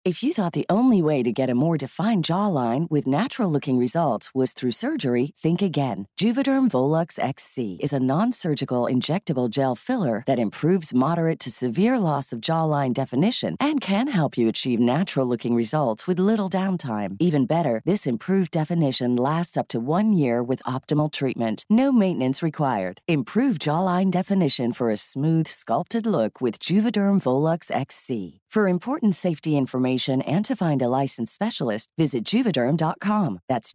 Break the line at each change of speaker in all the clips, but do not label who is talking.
If you thought the only way to get a more defined jawline with natural-looking results was through surgery, think again. Juvederm Volux XC is a non-surgical injectable gel filler that improves moderate to severe loss of jawline definition and can help you achieve natural-looking results with little downtime. Even better, this improved definition lasts up to 1 year with optimal treatment. No maintenance required. Improve jawline definition for a smooth, sculpted look with Juvederm Volux XC. For important safety information and to find a licensed specialist, visit Juvederm.com. That's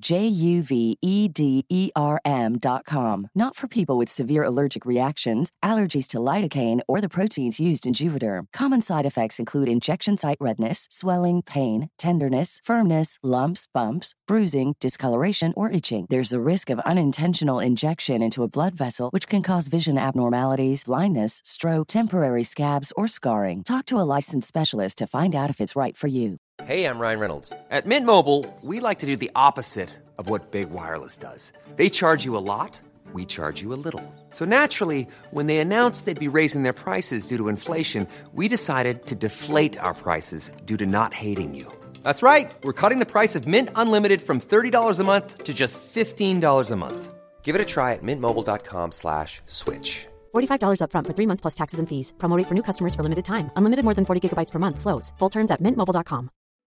Juvederm.com. Not for people with severe allergic reactions, allergies to lidocaine, or the proteins used in Juvederm. Common side effects include injection site redness, swelling, pain, tenderness, firmness, lumps, bumps, bruising, discoloration, or itching. There's a risk of unintentional injection into a blood vessel, which can cause vision abnormalities, blindness, stroke, temporary scabs, or scarring. Talk to a licensed specialist to find out if it's right for you.
Hey, I'm Ryan Reynolds. At Mint Mobile, we like to do the opposite of what Big Wireless does. They charge you a lot, we charge you a little. So naturally, when they announced they'd be raising their prices due to inflation, we decided to deflate our prices due to not hating you. That's right. We're cutting the price of Mint Unlimited from $30 a month to just $15 a month. Give it a try at mintmobile.com/switch.
$45 up front for 3 months plus taxes and fees. Promo rate for new customers for limited time. Unlimited more than 40 gigabytes per month. Slows full terms at mintmobile.com.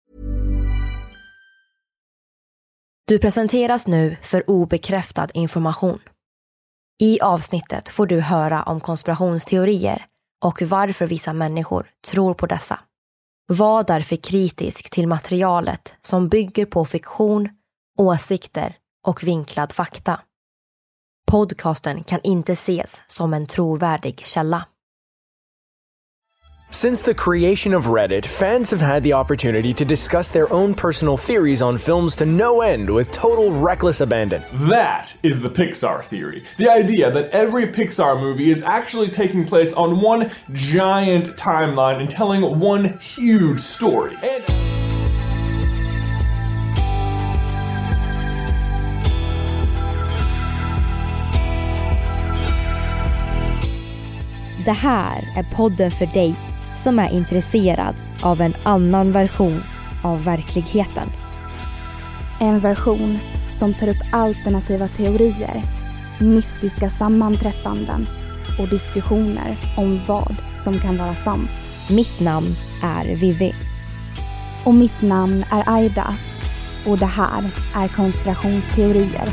Du presenteras nu för obekräftad information. I avsnittet får du höra om konspirationsteorier och varför vissa människor tror på dessa. Var därför kritisk till materialet som bygger på fiktion, åsikter och vinklad fakta. Podcasten kan inte ses som en trovärdig källa.
Since the creation of Reddit, fans have had the opportunity to discuss their own personal theories on films to no end with total reckless abandon.
That is the Pixar theory. The idea that every Pixar movie is actually taking place on one giant timeline and telling one huge story.
Det här är podden för dig som är intresserad av en annan version av verkligheten.
En version som tar upp alternativa teorier, mystiska sammanträffanden och diskussioner om vad som kan vara sant.
Mitt namn är Vivi.
Och mitt namn är Aida. Och det här är konspirationsteorier.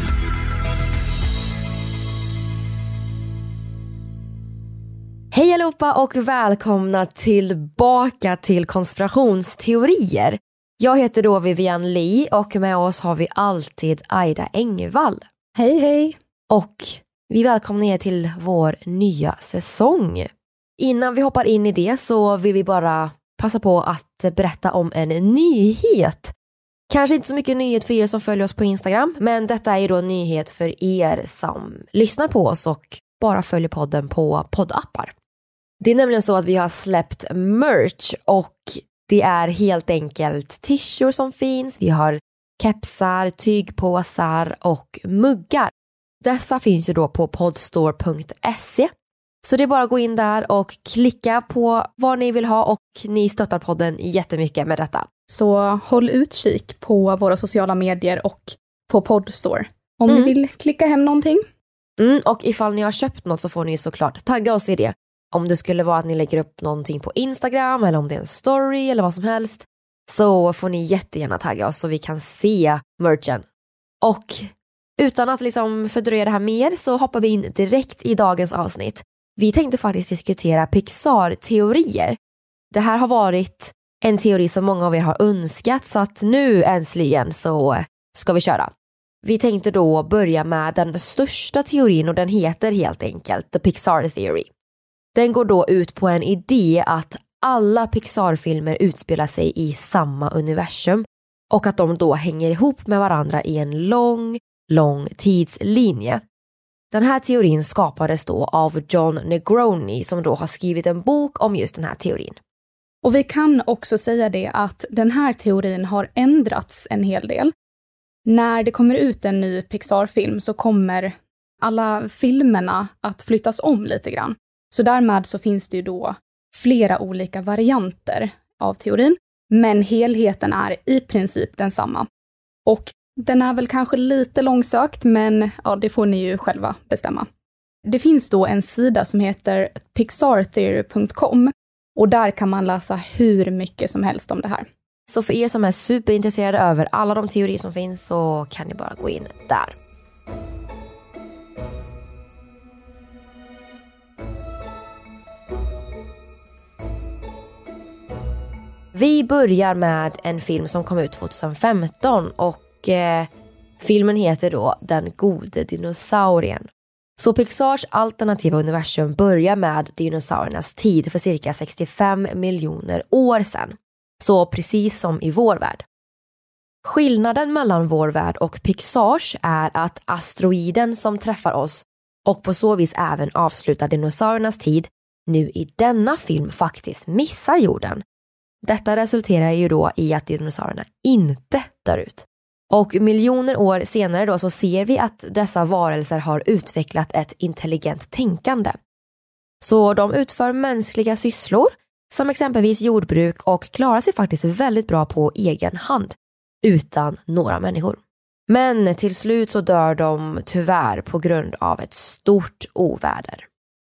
Hej allihopa och välkomna tillbaka till konspirationsteorier. Jag heter då Vivian Lee och med oss har vi alltid Aida Engvall.
Hej hej!
Och vi välkomnar er till vår nya säsong. Innan vi hoppar in i det så vill vi bara passa på att berätta om en nyhet. Kanske inte så mycket nyhet för er som följer oss på Instagram, men detta är ju då en nyhet för er som lyssnar på oss och bara följer podden på poddappar. Det är nämligen så att vi har släppt merch och det är helt enkelt t-shirts som finns. Vi har kepsar, tygpåsar och muggar. Dessa finns ju då på podstore.se. Så det är bara att gå in där och klicka på vad ni vill ha och ni stöttar podden jättemycket med detta.
Så håll utkik på våra sociala medier och på Podstore om ni vill klicka hem någonting.
Och ifall ni har köpt något så får ni såklart tagga oss i det. Om det skulle vara att ni lägger upp någonting på Instagram eller om det är en story eller vad som helst, så får ni jättegärna tagga oss så vi kan se merchen. Och utan att liksom fördröja det här mer så hoppar vi in direkt i dagens avsnitt. Vi tänkte faktiskt diskutera Pixar-teorier. Det här har varit en teori som många av er har önskat, så att nu äntligen så ska vi köra. Vi tänkte då börja med den största teorin och den heter helt enkelt The Pixar Theory. Den går då ut på en idé att alla Pixar-filmer utspelar sig i samma universum och att de då hänger ihop med varandra i en lång tidslinje. Den här teorin skapades då av John Negroni som då har skrivit en bok om just den här teorin.
Och vi kan också säga det att den här teorin har ändrats en hel del. När det kommer ut en ny Pixar-film så kommer alla filmerna att flyttas om lite grann. Så därmed så finns det ju då flera olika varianter av teorin. Men helheten är i princip densamma. Och den är väl kanske lite långsökt, men ja, det får ni ju själva bestämma. Det finns då en sida som heter pixartheory.com och där kan man läsa hur mycket som helst om det här.
Så för er som är superintresserade över alla de teorier som finns så kan ni bara gå in där. Vi börjar med en film som kom ut 2015 och filmen heter då Den gode dinosaurien. Så Pixars alternativa universum börjar med dinosauriernas tid för cirka 65 miljoner år sedan. Så precis som i vår värld. Skillnaden mellan vår värld och Pixars är att asteroiden som träffar oss och på så vis även avslutar dinosauriernas tid nu i denna film faktiskt missar jorden. Detta resulterar ju då i att dinosaurierna inte dör ut. Och miljoner år senare då så ser vi att dessa varelser har utvecklat ett intelligent tänkande. Så de utför mänskliga sysslor som exempelvis jordbruk och klarar sig faktiskt väldigt bra på egen hand utan några människor. Men till slut så dör de tyvärr på grund av ett stort oväder.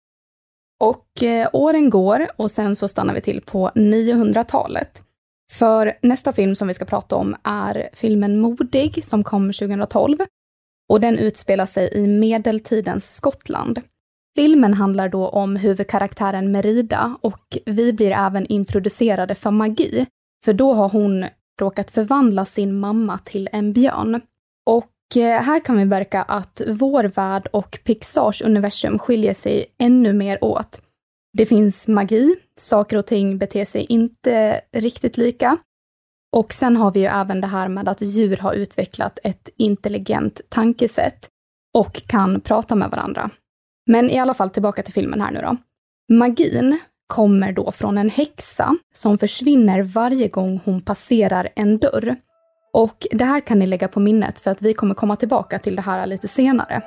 Och åren går och sen så stannar vi till på 900-talet. För nästa film som vi ska prata om är filmen Modig som kom 2012. Och den utspelar sig i medeltidens Skottland. Filmen handlar då om huvudkaraktären Merida och vi blir även introducerade för magi. För då har hon råkat förvandla sin mamma till en björn. Och här kan vi märka att vår värld och Pixars universum skiljer sig ännu mer åt. Det finns magi, saker och ting beter sig inte riktigt lika. Och sen har vi ju även det här med att djur har utvecklat ett intelligent tankesätt och kan prata med varandra. Men i alla fall tillbaka till filmen här nu då. Magin kommer då från en häxa som försvinner varje gång hon passerar en dörr. Och det här kan ni lägga på minnet för att vi kommer komma tillbaka till det här lite senare.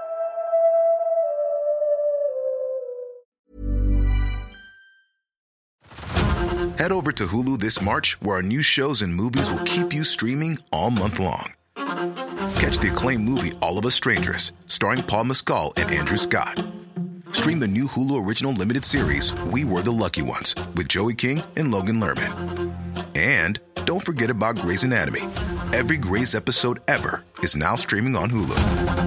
Head over to Hulu this March, where our new shows and movies will keep you streaming all month long. Catch the acclaimed movie All of Us Strangers, starring Paul Mescal and Andrew Scott. Stream the new Hulu original limited series We Were the Lucky Ones with Joey King and Logan Lerman. And don't forget about Grey's Anatomy. Every Grey's episode ever is now streaming on Hulu.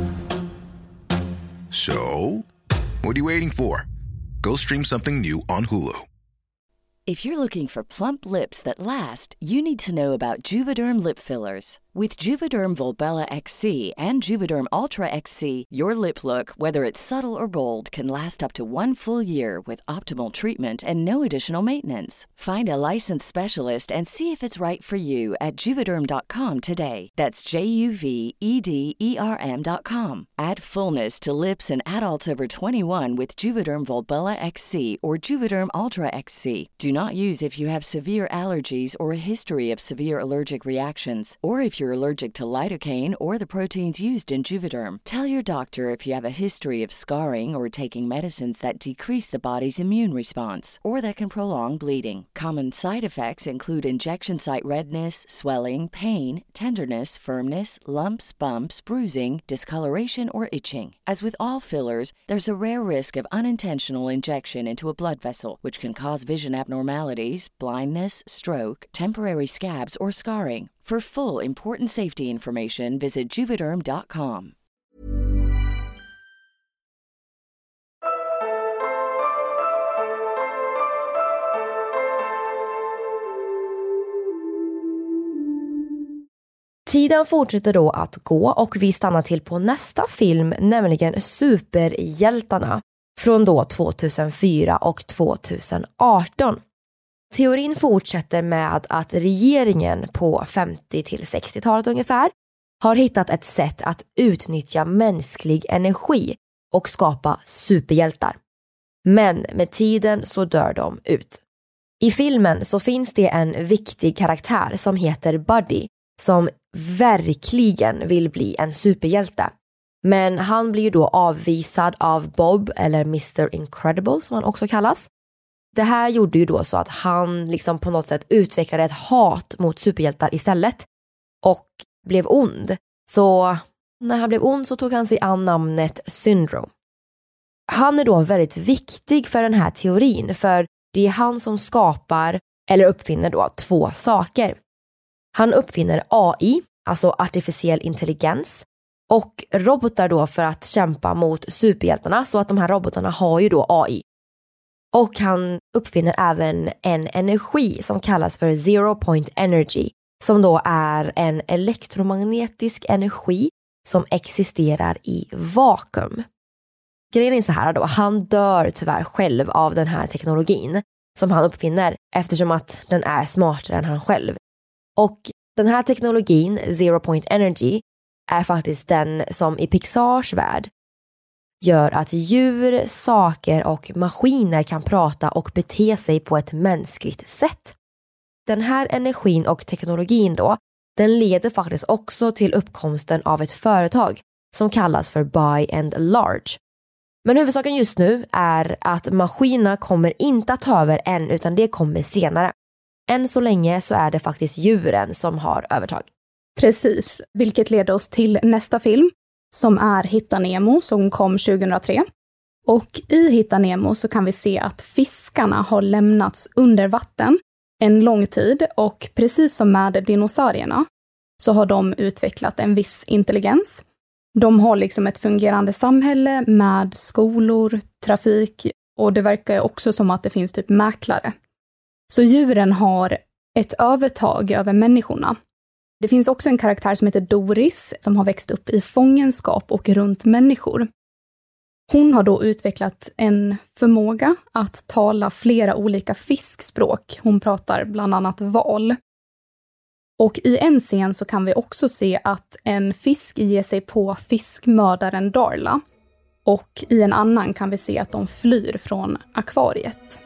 So, what are you waiting for? Go stream something new on Hulu.
If you're looking for plump lips that last, you need to know about Juvederm lip fillers. With Juvederm Volbella XC and Juvederm Ultra XC, your lip look, whether it's subtle or bold, can last up to 1 full year with optimal treatment and no additional maintenance. Find a licensed specialist and see if it's right for you at Juvederm.com today. That's JUVEDERM.com. Add fullness to lips in adults over 21 with Juvederm Volbella XC or Juvederm Ultra XC. Do not use if you have severe allergies or a history of severe allergic reactions, or if you're allergic to lidocaine or the proteins used in Juvederm. Tell your doctor if you have a history of scarring or taking medicines that decrease the body's immune response or that can prolong bleeding. Common side effects include injection site redness, swelling, pain, tenderness, firmness, lumps, bumps, bruising, discoloration, or itching. As with all fillers, there's a rare risk of unintentional injection into a blood vessel, which can cause vision abnormalities, blindness, stroke, temporary scabs, or scarring. For full important safety information, visit Juvederm.com.
Tiden fortsätter då att gå och vi stannar till på nästa film, nämligen Superhjältarna från då 2004 och 2018. Teorin fortsätter med att regeringen på 50 till 60-talet ungefär har hittat ett sätt att utnyttja mänsklig energi och skapa superhjältar. Men med tiden så dör de ut. I filmen så finns det en viktig karaktär som heter Buddy som verkligen vill bli en superhjälte. Men han blir då avvisad av Bob eller Mr. Incredible som han också kallas. det här gjorde ju då så att han liksom på något sätt utvecklade ett hat mot superhjältar istället och blev ond. Så när han blev ond så tog han sig an namnet Syndrome. Han är då väldigt viktig för den här teorin, för det är han som skapar eller uppfinner då 2 saker. Han uppfinner AI, alltså artificiell intelligens, och robotar då för att kämpa mot superhjältarna, så att de här robotarna har ju då AI. Och han uppfinner även en energi som kallas för Zero Point Energy, som då är en elektromagnetisk energi som existerar i vakuum. Grejen är så här då, han dör tyvärr själv av den här teknologin som han uppfinner, eftersom att den är smartare än han själv. Och den här teknologin, Zero Point Energy, är faktiskt den som i Pixars värld gör att djur, saker och maskiner kan prata och bete sig på ett mänskligt sätt. Den här energin och teknologin då, den leder faktiskt också till uppkomsten av ett företag som kallas för By and Large. Men huvudsaken just nu är att maskinerna kommer inte att ta över än, utan det kommer senare. Än så länge så är det faktiskt djuren som har övertag.
Precis, vilket leder oss till nästa film som är Hitta Nemo som kom 2003. Och i Hitta Nemo så kan vi se att fiskarna har lämnats under vatten en lång tid, och precis som med dinosaurierna så har de utvecklat en viss intelligens. De har liksom ett fungerande samhälle med skolor, trafik, och det verkar också som att det finns typ mäklare. Så djuren har ett övertag över människorna. Det finns också en karaktär som heter Doris som har växt upp i fångenskap och runt människor. Hon har då utvecklat en förmåga att tala flera olika fiskspråk. Hon pratar bland annat val. Och i en scen så kan vi också se att en fisk ger sig på fiskmördaren Darla. Och i en annan kan vi se att de flyr från akvariet.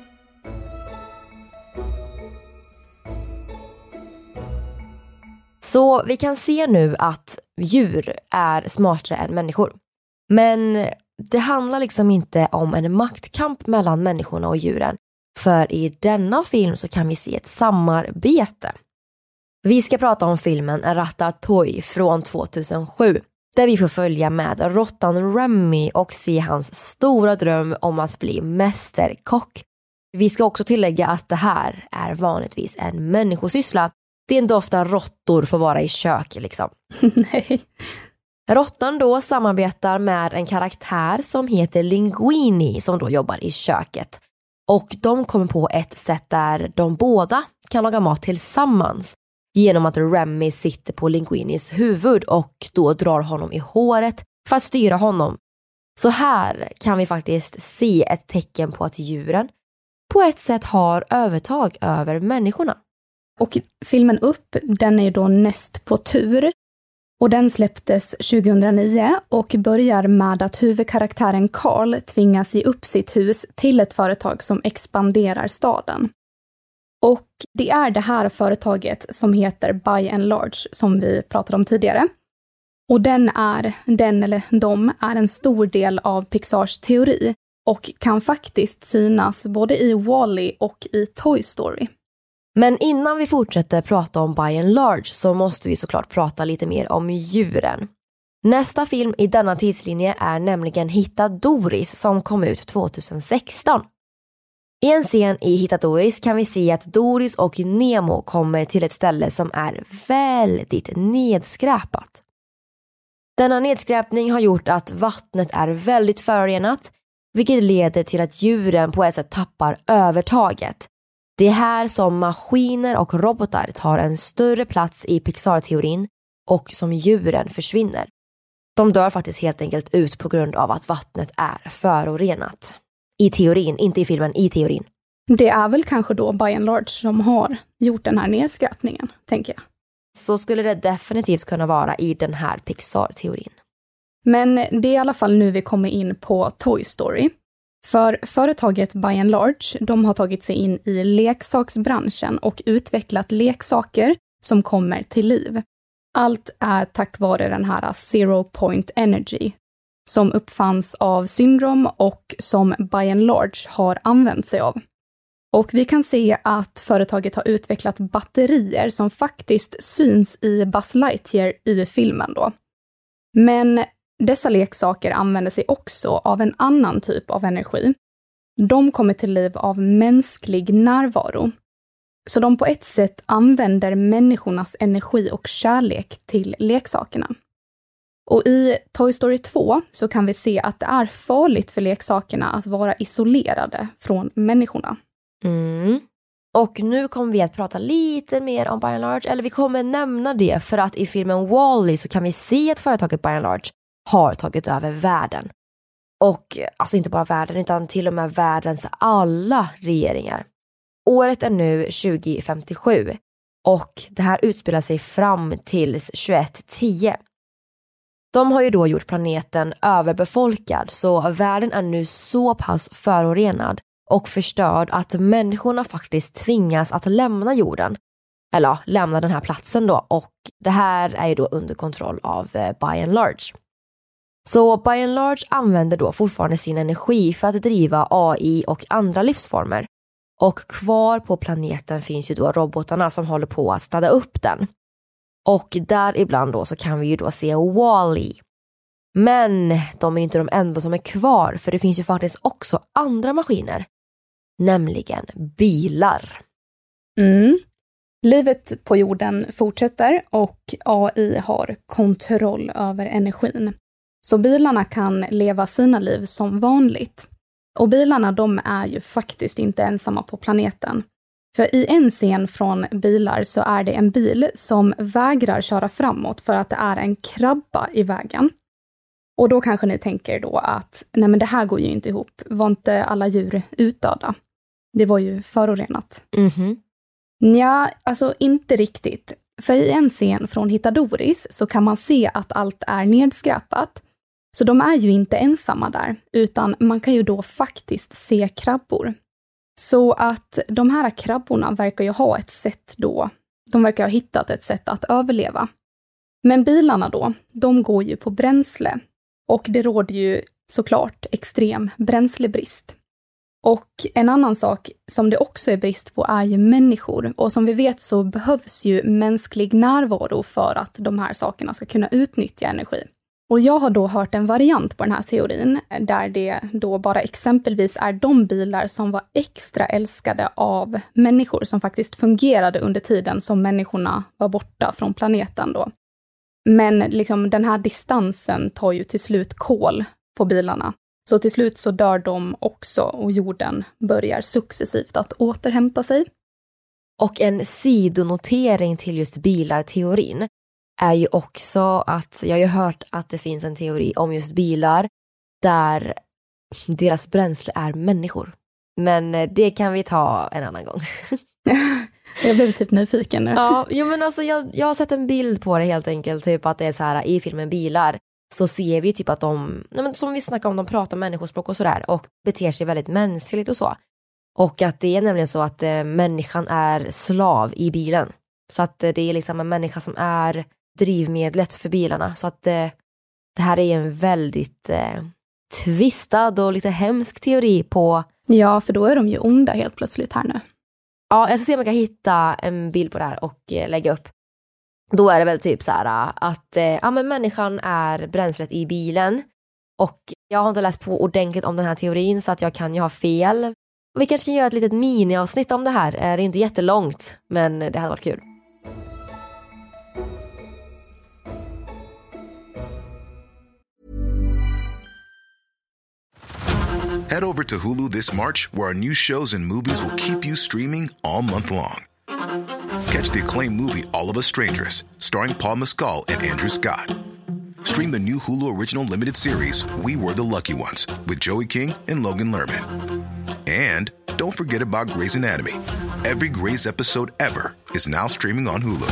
Så vi kan se nu att djur är smartare än människor. Men det handlar liksom inte om en maktkamp mellan människorna och djuren. För i denna film så kan vi se ett samarbete. Vi ska prata om filmen Ratatouille från 2007. Där vi får följa med råttan Remy och se hans stora dröm om att bli mästerkock. Vi ska också tillägga att det här är vanligtvis en människosyssla. Det är inte ofta råttor får vara i kök liksom.
Nej.
Råttan då samarbetar med en karaktär som heter Linguini som då jobbar i köket. Och de kommer på ett sätt där de båda kan laga mat tillsammans. Genom att Remy sitter på Linguinis huvud och då drar honom i håret för att styra honom. Så här kan vi faktiskt se ett tecken på att djuren på ett sätt har övertag över människorna.
Och filmen Upp, den är då näst på tur. Och den släpptes 2009 och börjar med att huvudkaraktären Carl tvingas ge upp sitt hus till ett företag som expanderar staden. Och det är det här företaget som heter By and Large som vi pratade om tidigare. Och de är en stor del av Pixars teori och kan faktiskt synas både i Wall-E och i Toy Story.
Men innan vi fortsätter prata om By and Large så måste vi såklart prata lite mer om djuren. Nästa film i denna tidslinje är nämligen Hitta Doris som kom ut 2016. I en scen i Hitta Doris kan vi se att Doris och Nemo kommer till ett ställe som är väldigt nedskräpat. Denna nedskräpning har gjort att vattnet är väldigt förorenat, vilket leder till att djuren på ett sätt tappar övertaget. Det är här som maskiner och robotar tar en större plats i Pixar-teorin och som djuren försvinner. De dör faktiskt helt enkelt ut på grund av att vattnet är förorenat. I teorin, inte i filmen, i teorin.
Det är väl kanske då By and Large som har gjort den här nedskräpningen, tänker jag.
Så skulle det definitivt kunna vara i den här Pixar-teorin.
Men det är i alla fall nu vi kommer in på Toy Story. För företaget By and Large, de har tagit sig in i leksaksbranschen och utvecklat leksaker som kommer till liv. Allt är tack vare den här Zero Point Energy som uppfanns av Syndrome och som By and Large har använt sig av. Och vi kan se att företaget har utvecklat batterier som faktiskt syns i Buzz Lightyear i filmen då. Men dessa leksaker använder sig också av en annan typ av energi. De kommer till liv av mänsklig närvaro. Så de på ett sätt använder människornas energi och kärlek till leksakerna. Och i Toy Story 2 så kan vi se att det är farligt för leksakerna att vara isolerade från människorna.
Och nu kommer vi att prata lite mer om By & Large, eller vi kommer nämna det för att i filmen Wall-E så kan vi se att företaget By & Large har tagit över världen. Och alltså inte bara världen utan till och med världens alla regeringar. Året är nu 2057 och det här utspelar sig fram tills 2110. De har ju då gjort planeten överbefolkad, så världen är nu så pass förorenad och förstörd att människorna faktiskt tvingas att lämna jorden. Eller ja, lämna den här platsen då, och det här är ju då under kontroll av By & Large. Så By & Large använder då fortfarande sin energi för att driva AI och andra livsformer. Och kvar på planeten finns ju då robotarna som håller på att städa upp den. Och där ibland då så kan vi ju då se Wall-E. Men de är inte de enda som är kvar, för det finns ju faktiskt också andra maskiner. Nämligen bilar.
Livet på jorden fortsätter och AI har kontroll över energin. Så bilarna kan leva sina liv som vanligt. Och bilarna, de är ju faktiskt inte ensamma på planeten. För i en scen från bilar så är det en bil som vägrar köra framåt för att det är en krabba i vägen. Och då kanske ni tänker då att nej men det här går ju inte ihop. Var inte alla djur utdöda? Det var ju förorenat. Nja, alltså inte riktigt. För i en scen från Hitta Doris så kan man se att allt är nedskräpat. Så de är ju inte ensamma där, utan man kan ju då faktiskt se krabbor. Så att de här krabborna verkar ju ha ett sätt då, de verkar ha hittat ett sätt att överleva. Men bilarna då, de går ju på bränsle. Och det råder ju såklart extrem bränslebrist. Och en annan sak som det också är brist på är ju människor. Och som vi vet så behövs ju mänsklig närvaro för att de här sakerna ska kunna utnyttja energi. Och jag har då hört en variant på den här teorin där det då bara exempelvis är de bilar som var extra älskade av människor som faktiskt fungerade under tiden som människorna var borta från planeten då. Men liksom den här distansen tar ju till slut kål på bilarna. Så till slut så dör de också och jorden börjar successivt att återhämta sig.
Och en sidonotering till just bilar-teorin är ju också att jag har ju hört att det finns en teori om just bilar där deras bränsle är människor. Men det kan vi ta en annan gång.
Jag blev typ nyfiken nu.
Ja, jo, men alltså jag har sett en bild på det helt enkelt. Typ att det är så här i filmen Bilar. Så ser vi typ att de, som vi snackar om, de pratar människospråk och sådär. Och beter sig väldigt mänskligt och så. Och att det är nämligen så att människan är slav i bilen. Så att det är liksom en människa som är drivmedlet för bilarna. Så att det här är en väldigt tvistad och lite hemsk teori på...
Ja, för då är de ju onda helt plötsligt här nu.
Ja, jag ska se om jag kan hitta en bild på det här och lägga upp. Då är det väl typ så här att men människan är bränslet i bilen. Och jag har inte läst på ordentligt om den här teorin så att jag kan ju ha fel. Vi kanske kan göra ett litet mini-avsnitt om det här. Det är inte jättelångt, men det hade varit kul.
Head over to Hulu this March, where our new shows and movies will keep you streaming all month long. Catch the acclaimed movie All of Us Strangers, starring Paul Mescal and Andrew Scott. Stream the new Hulu original limited series We Were the Lucky Ones with Joey King and Logan Lerman. And don't forget about Grey's Anatomy. Every Grey's episode ever is now streaming on Hulu.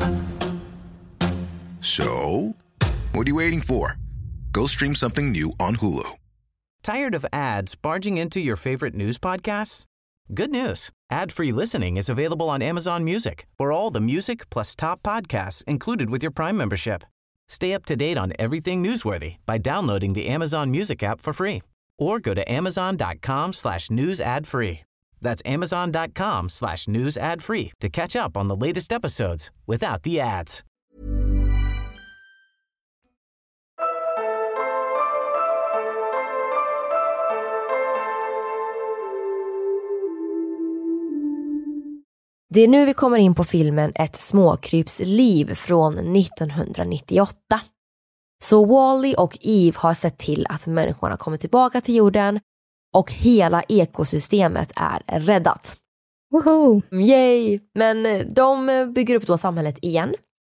So, what are you waiting for? Go stream something new on Hulu.
Tired of ads barging into your favorite news podcasts? Good news. Ad-free listening is available on Amazon Music for all the music plus top podcasts included with your Prime membership. Stay up to date on everything newsworthy by downloading the Amazon Music app for free or go to amazon.com/news ad free. That's amazon.com/news ad free to catch up on the latest episodes without the ads.
Det är nu vi kommer in på filmen Ett småkrypsliv från 1998. Så Wall-E och Eve har sett till att människorna kommer tillbaka till jorden och hela ekosystemet är räddat.
Woho!
Yay! Men de bygger upp då samhället igen.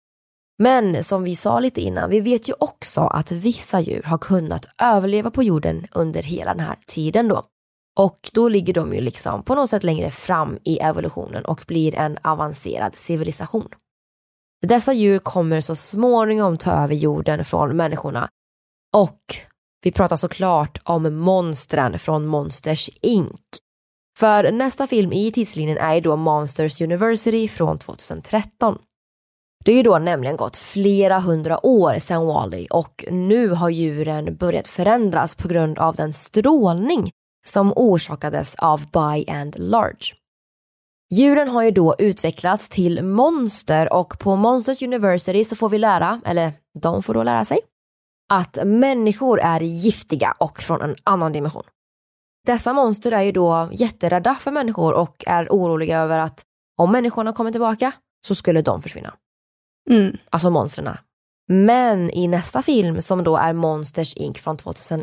Men som vi sa lite innan, vi vet ju också att vissa djur har kunnat överleva på jorden under hela den här tiden då. Och då ligger de ju liksom på något sätt längre fram i evolutionen och blir en avancerad civilisation. Dessa djur kommer så småningom ta över jorden från människorna. Och vi pratar såklart om monstren från Monsters Inc. För nästa film i tidslinjen är ju då Monsters University från 2013. Det är ju då nämligen gått flera hundra år sedan Wall-E och nu har djuren börjat förändras på grund av den strålning som orsakades av By and Large. Djuren har ju då utvecklats till monster och på Monsters University så får vi lära, eller de får då lära sig, att människor är giftiga och från en annan dimension. Dessa monster är ju då jätterädda för människor och är oroliga över att om människorna kommer tillbaka så skulle de försvinna. Alltså monsterna. Men i nästa film som då är Monsters Inc. från 2001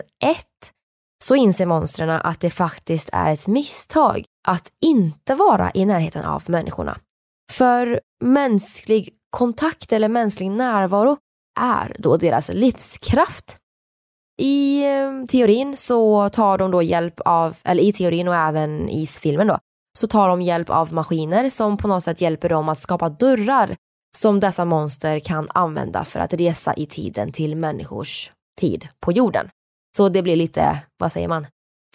så inser monstren att det faktiskt är ett misstag att inte vara i närheten av människorna. För mänsklig kontakt eller mänsklig närvaro är då deras livskraft. I teorin så tar de då hjälp av, eller i teorin och även i filmen då, så tar de hjälp av maskiner som på något sätt hjälper dem att skapa dörrar som dessa monster kan använda för att resa i tiden till människors tid på jorden. Så det blir lite, vad säger man?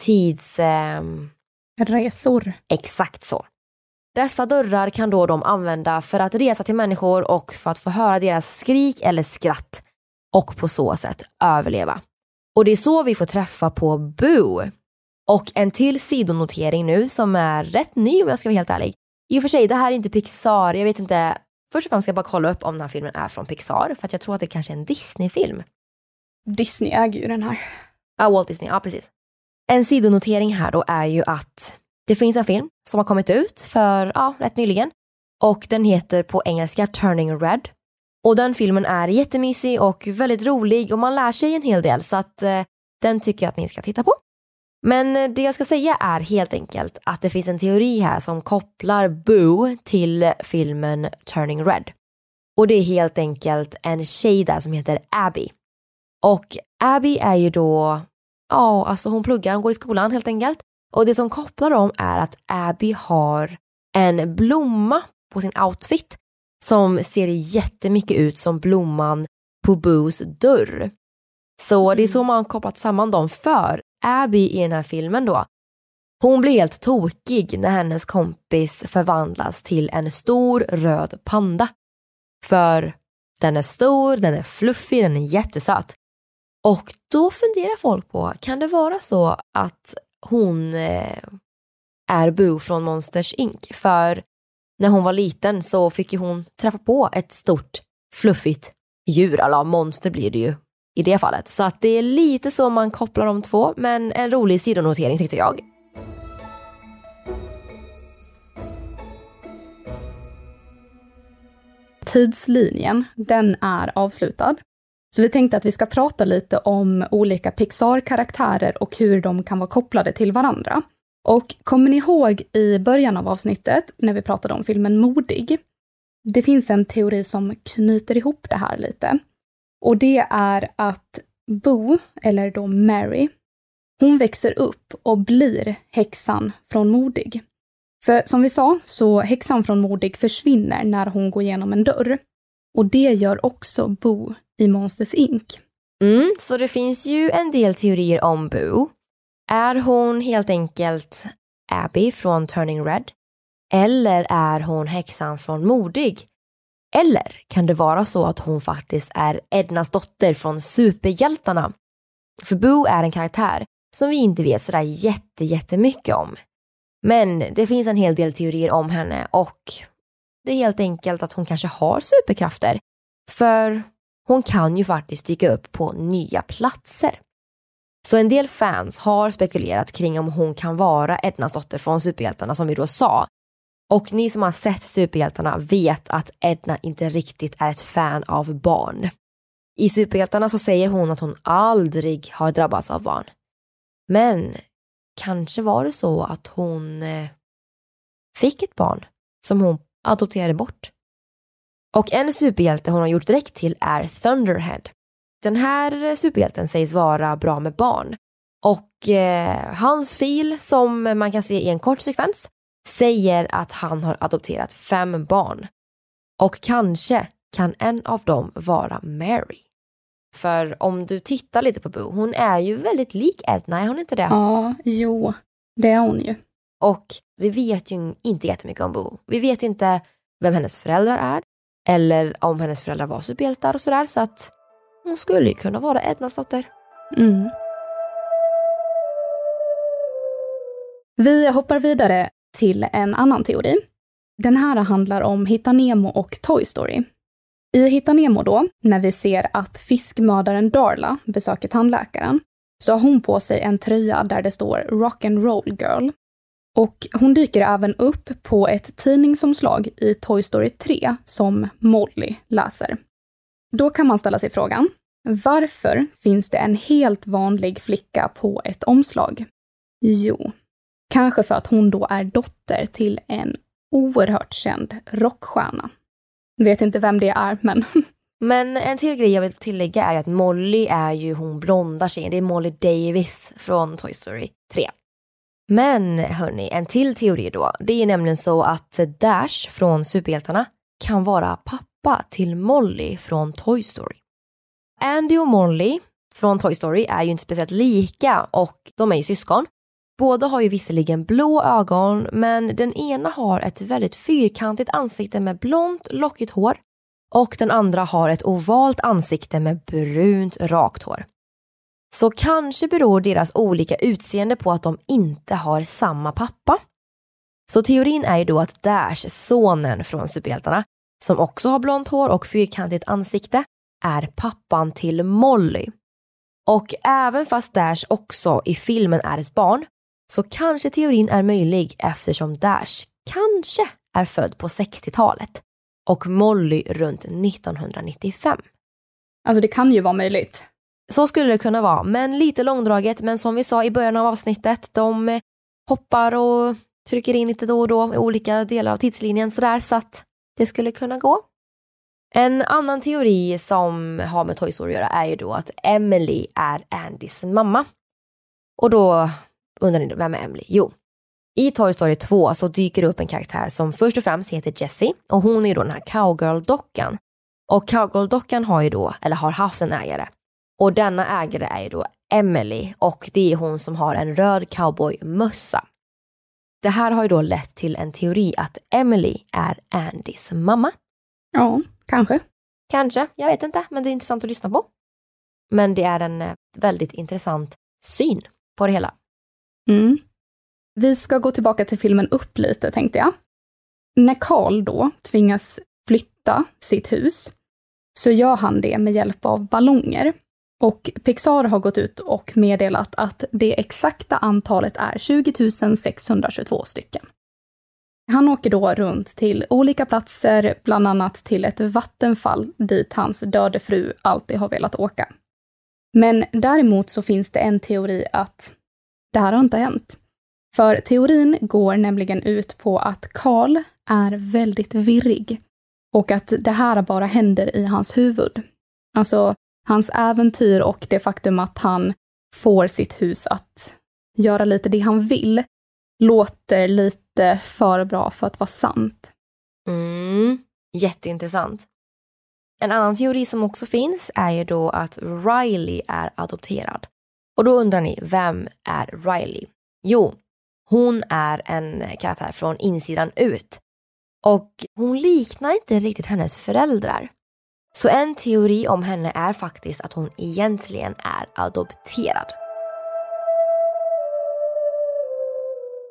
Resor.
Exakt så. Dessa dörrar kan då de använda för att resa till människor och för att få höra deras skrik eller skratt och på så sätt överleva. Och det är så vi får träffa på Boo. Och en till sidonotering nu som är rätt ny om jag ska vara helt ärlig. I och för sig, det här är inte Pixar. Jag vet inte. Först och främst ska jag bara kolla upp om den här filmen är från Pixar. För att jag tror att det kanske är en Disney-film.
Disney äger ju den här.
Ja, Walt Disney. Ja, precis. En sidonotering här då är ju att det finns en film som har kommit ut för rätt nyligen. Och den heter på engelska Turning Red. Och den filmen är jättemysig och väldigt rolig och man lär sig en hel del så att den tycker jag att ni ska titta på. Men det jag ska säga är helt enkelt att det finns en teori här som kopplar Boo till filmen Turning Red. Och det är helt enkelt en tjej där som heter Abby. Och Abby är ju då, hon pluggar, hon går i skolan helt enkelt. Och det som kopplar dem är att Abby har en blomma på sin outfit som ser jättemycket ut som blomman på Boos dörr. Så det är så man kopplat samman dem för Abby i den här filmen då. Hon blir helt tokig när hennes kompis förvandlas till en stor röd panda. För den är stor, den är fluffig, den är jättesöt. Och då funderar folk på, kan det vara så att hon är Boo från Monsters Inc? För när hon var liten så fick ju hon träffa på ett stort, fluffigt djur. Eller monster blir det ju i det fallet. Så att det är lite så man kopplar de två. Men en rolig sidonotering tyckte jag.
Tidslinjen, den är avslutad. Så vi tänkte att vi ska prata lite om olika Pixar-karaktärer och hur de kan vara kopplade till varandra. Och kommer ni ihåg i början av avsnittet när vi pratade om filmen Modig? Det finns en teori som knyter ihop det här lite. Och det är att Boo, eller då Mary, hon växer upp och blir häxan från Modig. För som vi sa så häxan från Modig försvinner när hon går igenom en dörr. Och det gör också Boo i Monsters Inc.
Så det finns ju en del teorier om Boo. Är hon helt enkelt Abby från Turning Red? Eller är hon häxan från Modig? Eller kan det vara så att hon faktiskt är Ednas dotter från Superhjältarna? För Boo är en karaktär som vi inte vet sådär jättemycket om. Men det finns en hel del teorier om henne och det är helt enkelt att hon kanske har superkrafter. För hon kan ju faktiskt dyka upp på nya platser. Så en del fans har spekulerat kring om hon kan vara Ednas dotter från Superhjältarna som vi då sa. Och ni som har sett Superhjältarna vet att Edna inte riktigt är ett fan av barn. I Superhjältarna så säger hon att hon aldrig har drabbats av barn. Men kanske var det så att hon fick ett barn som hon adopterade bort. Och en superhjälte hon har gjort direkt till är Thunderhead. Den här superhjälten sägs vara bra med barn. Och hans fil som man kan se i en kort sekvens säger att han har adopterat 5 barn. Och kanske kan en av dem vara Mary. För om du tittar lite på Boo, hon är ju väldigt lik Edna, är hon inte det?
Ja, jo, det är hon ju.
Och vi vet ju inte jättemycket om Boo. Vi vet inte vem hennes föräldrar är. Eller om hennes föräldrar var superhjältar och sådär. Så att hon skulle ju kunna vara Ednas dotter.
Mm. Vi hoppar vidare till en annan teori. Den här handlar om Hitta Nemo och Toy Story. I Hitta Nemo då, när vi ser att fiskmördaren Darla besöker tandläkaren, så har hon på sig en tröja där det står Rock and Roll Girl. Och hon dyker även upp på ett tidningsomslag i Toy Story 3 som Molly läser. Då kan man ställa sig frågan, varför finns det en helt vanlig flicka på ett omslag? Jo, kanske för att hon då är dotter till en oerhört känd rockstjärna. Vet inte vem det är, men...
Men en till grej jag vill tillägga är att Molly är ju hon blonda tjejen. Det är Molly Davis från Toy Story 3. Men hörni, en till teori då. Det är nämligen så att Dash från Superhjältarna kan vara pappa till Molly från Toy Story. Andy och Molly från Toy Story är ju inte speciellt lika och de är ju syskon. Båda har ju visserligen blå ögon, men den ena har ett väldigt fyrkantigt ansikte med blont, lockigt hår och den andra har ett ovalt ansikte med brunt, rakt hår. Så kanske beror deras olika utseende på att de inte har samma pappa. Så teorin är ju då att Dash, sonen från Superhjältarna, som också har blont hår och fyrkantigt ansikte, är pappan till Molly. Och även fast Dash också i filmen är ett barn, så kanske teorin är möjlig eftersom Dash kanske är född på 60-talet och Molly runt 1995.
Alltså det kan ju vara möjligt.
Så skulle det kunna vara, men lite långdraget. Men som vi sa i början av avsnittet, de hoppar och trycker in lite då och då i olika delar av tidslinjen sådär, så att det skulle kunna gå. En annan teori som har med Toy Story att göra är ju då att Emily är Andys mamma. Och då undrar ni, vem är Emily? Jo, i Toy Story 2 så dyker det upp en karaktär som först och främst heter Jessie. Och hon är ju då den här Cowgirl-dockan. Och Cowgirl-dockan har ju då, eller har haft en ägare. Och denna ägare är ju då Emily och det är hon som har en röd cowboymössa. Det här har ju då lett till en teori att Emily är Andys mamma.
Ja, kanske.
Kanske, jag vet inte, men det är intressant att lyssna på. Men det är en väldigt intressant syn på det hela.
Mm. Vi ska gå tillbaka till filmen Upp lite, tänkte jag. När Carl då tvingas flytta sitt hus så gör han det med hjälp av ballonger. Och Pixar har gått ut och meddelat att det exakta antalet är 20 622 stycken. Han åker då runt till olika platser, bland annat till ett vattenfall dit hans döde fru alltid har velat åka. Men däremot så finns det en teori att det här har inte hänt. För teorin går nämligen ut på att Carl är väldigt virrig och att det här bara händer i hans huvud. Alltså hans äventyr och det faktum att han får sitt hus att göra lite det han vill låter lite för bra för att vara sant.
Jätteintressant. En annan teori som också finns är ju då att Riley är adopterad. Och då undrar ni, vem är Riley? Jo, hon är en karaktär från insidan ut. Och hon liknar inte riktigt hennes föräldrar. Så en teori om henne är faktiskt att hon egentligen är adopterad.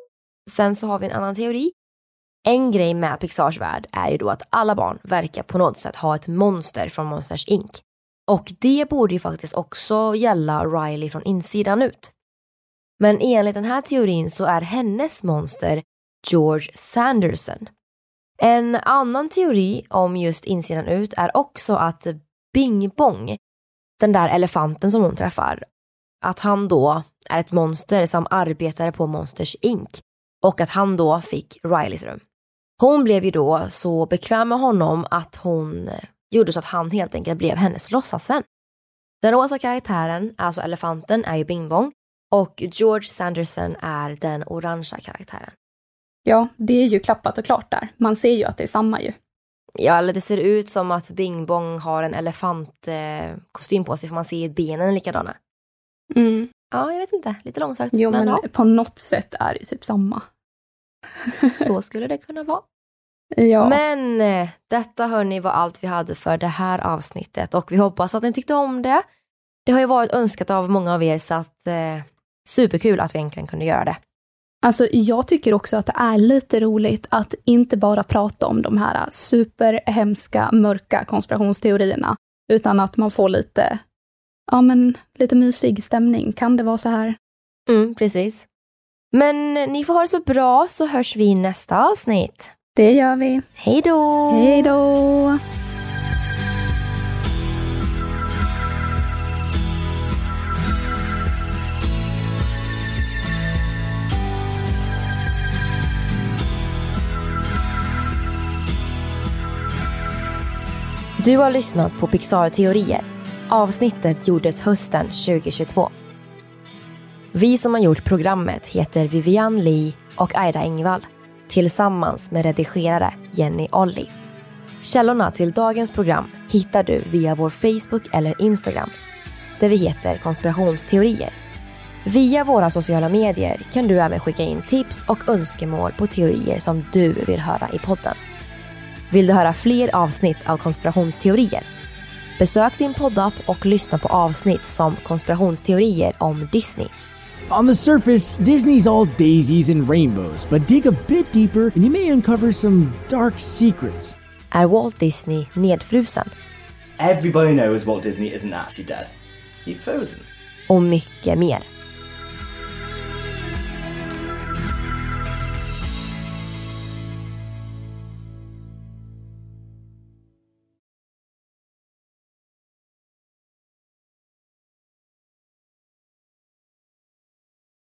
Sen så har vi en annan teori. En grej med Pixars värld är ju då att alla barn verkar på något sätt ha ett monster från Monsters Inc. Och det borde ju faktiskt också gälla Riley från insidan ut. Men enligt den här teorin så är hennes monster George Sanderson. En annan teori om just insidan ut är också att Bing Bong, den där elefanten som hon träffar, att han då är ett monster som arbetade på Monsters Inc. Och att han då fick Rileys rum. Hon blev ju då så bekväm med honom att hon gjorde så att han helt enkelt blev hennes låtsasvän. Den rosa karaktären, alltså elefanten, är ju Bing Bong. Och George Sanderson är den orangea karaktären.
Ja, det är ju klappat och klart där. Man ser ju att det är samma ju.
Ja, eller det ser ut som att Bing Bong har en elefantkostym på sig, för man ser ju benen likadana.
Mm.
Ja, jag vet inte. Lite långsökt.
Jo, men
ja.
På något sätt är det typ samma.
Så skulle det kunna vara.
Ja.
Men detta hörni var allt vi hade för det här avsnittet. Och vi hoppas att ni tyckte om det. Det har ju varit önskat av många av er, så att superkul att vi äntligen kunde göra det.
Alltså jag tycker också att det är lite roligt att inte bara prata om de här superhemska, mörka konspirationsteorierna. Utan att man får lite mysig stämning. Kan det vara så här?
Precis. Men ni får ha det så bra, så hörs vi i nästa avsnitt.
Det gör vi.
Hej då!
Hej då!
Du har lyssnat på Pixar-teorier. Avsnittet gjordes hösten 2022. Vi som har gjort programmet heter Vivian Lee och Aida Engvall, tillsammans med redigerare Jenny Olli. Källorna till dagens program hittar du via vår Facebook eller Instagram, där vi heter Konspirationsteorier. Via våra sociala medier kan du även skicka in tips och önskemål på teorier som du vill höra i podden. Vill du höra fler avsnitt av konspirationsteorier? Besök din poddapp och lyssna på avsnitt som konspirationsteorier om Disney.
On the surface, Disney's all daisies and rainbows, but dig a bit deeper and you may uncover some dark secrets.
Är Walt Disney nedfrusen?
Everybody knows Walt Disney isn't actually dead. He's frozen.
Och mycket mer.